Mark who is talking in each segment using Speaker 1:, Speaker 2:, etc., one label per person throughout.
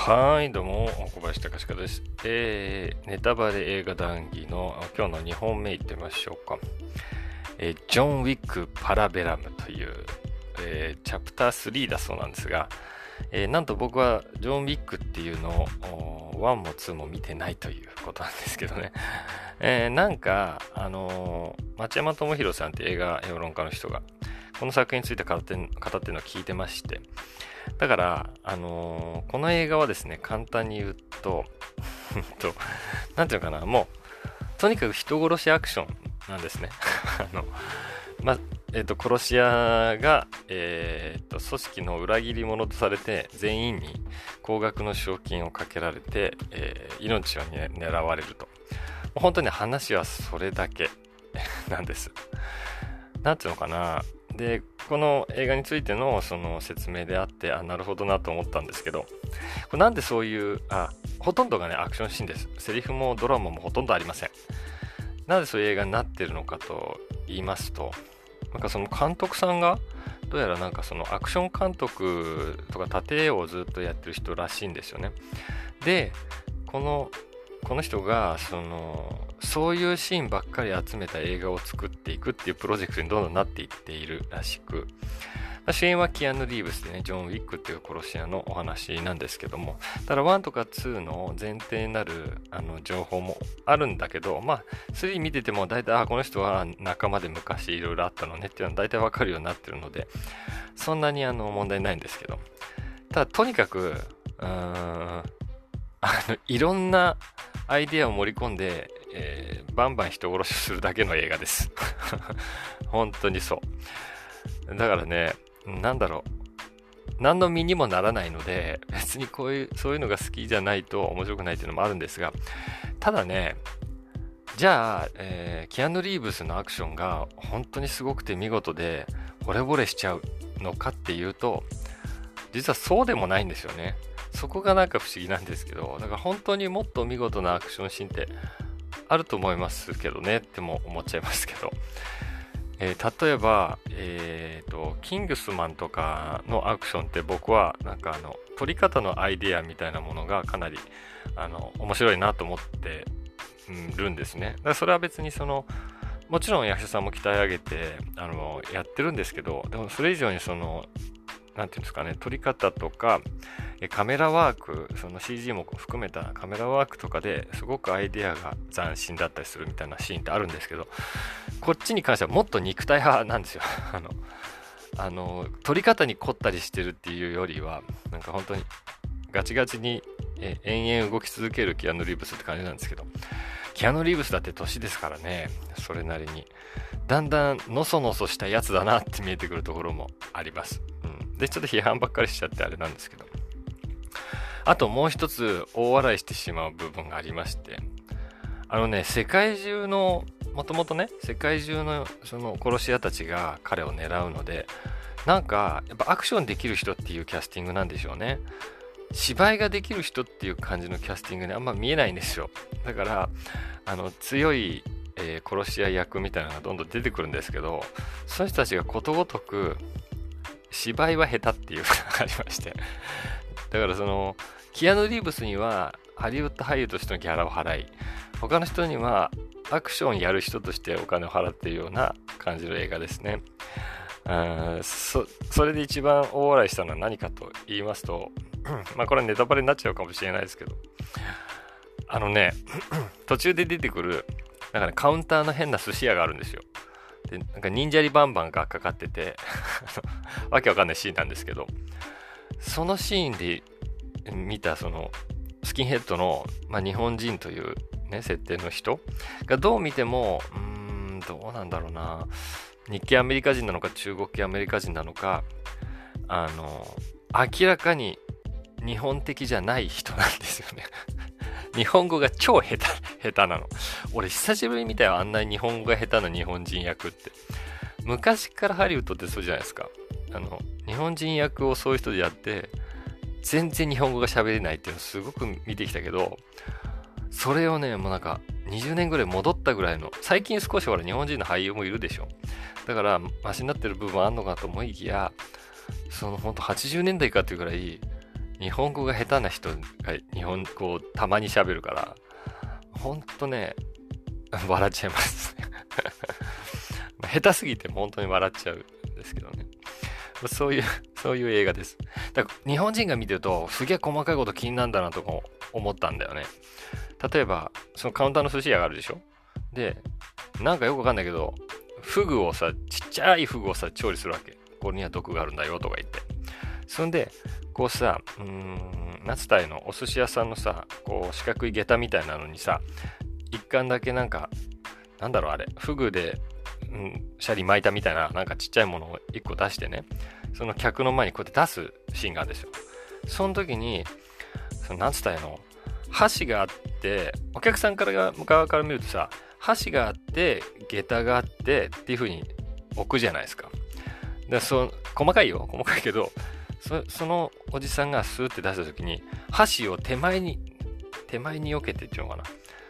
Speaker 1: はい、どうも、小林隆史です。ネタバレ映画談義の今日の2本目いってみましょうか。ジョン・ウィック・パラベラムという、チャプター3だそうなんですが、なんと僕はジョン・ウィックっていうのを1も2も見てないということなんですけどね。なんか、町山智博さんって映画評論家の人が、この作品について語ってるのを聞いてまして、だから、この映画はですね、簡単に言うと、なんていうのかな、もう、とにかく人殺しアクションなんですね。あの、ま、殺し屋が、組織の裏切り者とされて、全員に高額の賞金をかけられて、命を、狙われると。本当に話はそれだけなんです。なんていうのかな。で、この映画についてのその説明であって、なるほどなと思ったんですけど、これなんでそういう、ほとんどがね、アクションシーンです。セリフもドラマもほとんどありません。なぜそういう映画になってるのかと言いますと、なんかその監督さんが、どうやらなんかそのアクション監督とか縦絵をずっとやってる人らしいんですよね。で、この人がそういうシーンばっかり集めた映画を作っていくっていうプロジェクトにどんどんなっていっているらしく、主演はキアヌ・リーブスでね、ジョン・ウィックっていう殺し屋のお話なんですけども、ただ1とか2の前提になる情報もあるんだけど、3見てても大体この人は仲間で昔いろいろあったのねっていうのは大体わかるようになってるので、そんなに問題ないんですけど、ただとにかくいろんなアイデアを盛り込んで、バンバン人殺しするだけの映画です本当にそう。だからね、なんだろう、何の身にもならないので、別にそういうのが好きじゃないと面白くないっていうのもあるんですが、ただね、じゃあ、キアヌ・リーブスのアクションが本当にすごくて見事で惚れ惚れしちゃうのかっていうと、実はそうでもないんですよね。そこがなんか不思議なんですけど、だから本当にもっと見事なアクションシーンってあると思いますけどねっても思っちゃいますけど、例えば、キングスマンとかのアクションって僕はなんか撮り方のアイデアみたいなものがかなり面白いなと思ってるんですね。だからそれは別にもちろん役者さんも鍛え上げてやってるんですけど、でもそれ以上になんていうんですかね、撮り方とかカメラワーク、CG も含めたカメラワークとかですごくアイデアが斬新だったりするみたいなシーンってあるんですけど、こっちに関してはもっと肉体派なんですよ撮り方に凝ったりしてるっていうよりは、なんか本当にガチガチに延々動き続けるキアヌ・リーブスって感じなんですけど、キアヌ・リーブスだって年ですからね、それなりにだんだんのそのそしたやつだなって見えてくるところもあります。で、ちょっと批判ばっかりしちゃってあれなんですけど、あともう一つ大笑いしてしまう部分がありまして、世界中のもともとね、世界中のその殺し屋たちが彼を狙うので、なんかやっぱアクションできる人っていうキャスティングなんでしょうね。芝居ができる人っていう感じのキャスティングにあんま見えないんですよ。だから強い、殺し屋役みたいなのがどんどん出てくるんですけど、その人たちがことごとく芝居は下手っていうのがありまして、だからキアヌ・リーブスにはハリウッド俳優としてのギャラを払い、他の人にはアクションやる人としてお金を払っているような感じの映画ですね。それで一番大笑いしたのは何かと言いますとこれはネタバレになっちゃうかもしれないですけど、途中で出てくるなんかね、カウンターの変な寿司屋があるんですよ。で、なんか忍者リバンバンがかかっててわけわかんないシーンなんですけど、そのシーンで見たスキンヘッドの、日本人というね、設定の人がどう見てもどうなんだろうな、日系アメリカ人なのか中国系アメリカ人なのか、明らかに日本的じゃない人なんですよね日本語が超下手なの。俺久しぶりに見たよ、あんなに日本語が下手な日本人役って。昔からハリウッドってそうじゃないですか。日本人役をそういう人でやって全然日本語が喋れないっていうのをすごく見てきたけど、それをね、もうなんか20年ぐらい戻ったぐらいの、最近少しほら日本人の俳優もいるでしょ。だからマシになってる部分あんのかと思いきや、ほんと80年代かっていうぐらい日本語が下手な人が日本語をたまに喋るから、ほんとね、笑っちゃいます下手すぎて本当に笑っちゃうんですけどね。そういう映画です。だから日本人が見てるとすげえ細かいこと気になるんだなとか思ったんだよね。例えば、そのカウンターの寿司屋があるでしょ。で、なんかよくわかんないけど、フグをさ、ちっちゃいフグをさ、調理するわけ。これには毒があるんだよとか言って。そんで、こうさ、夏田のお寿司屋さんのさ、こう四角い下駄みたいなのにさ、一貫だけなんか、なんだろうあれ、フグで、シャリ巻いたみたいな、なんかちっちゃいものを一個出してね、その客の前にこうやって出すシーンがあるんですよ。その時に、その夏田の箸があって、お客さんから側から見るとさ、箸があって、下駄があってっていう風に置くじゃないですか。で細かいけど、そのおじさんがスーって出した時に、箸を手前に避けてっていうのかな。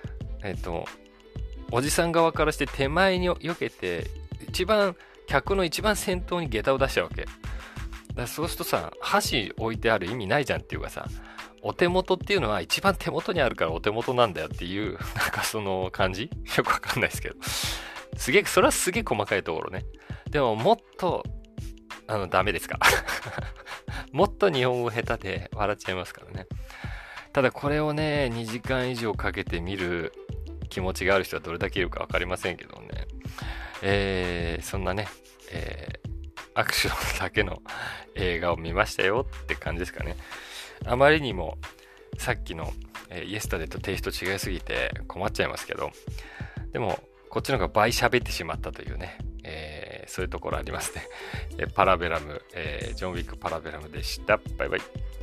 Speaker 1: おじさん側からして手前に避けて、客の一番先頭に下駄を出しちゃうわけ。だそうするとさ、箸置いてある意味ないじゃんっていうかさ、お手元っていうのは一番手元にあるからお手元なんだよっていう、なんかその感じよくわかんないですけど。それはすげえ細かいところね。でももっと、ダメですかもっと日本語下手で笑っちゃいますからね。ただこれをね、2時間以上かけて見る気持ちがある人はどれだけいるかわかりませんけどね。そんなね、アクションだけの映画を見ましたよって感じですかね。あまりにもさっきの、イエスタデーとテイスト違いすぎて困っちゃいますけど、でもこっちの方が倍喋ってしまったというね、そういうところありますね。パラベラム、ジョン・ウィック・パラベラムでした。バイバイ。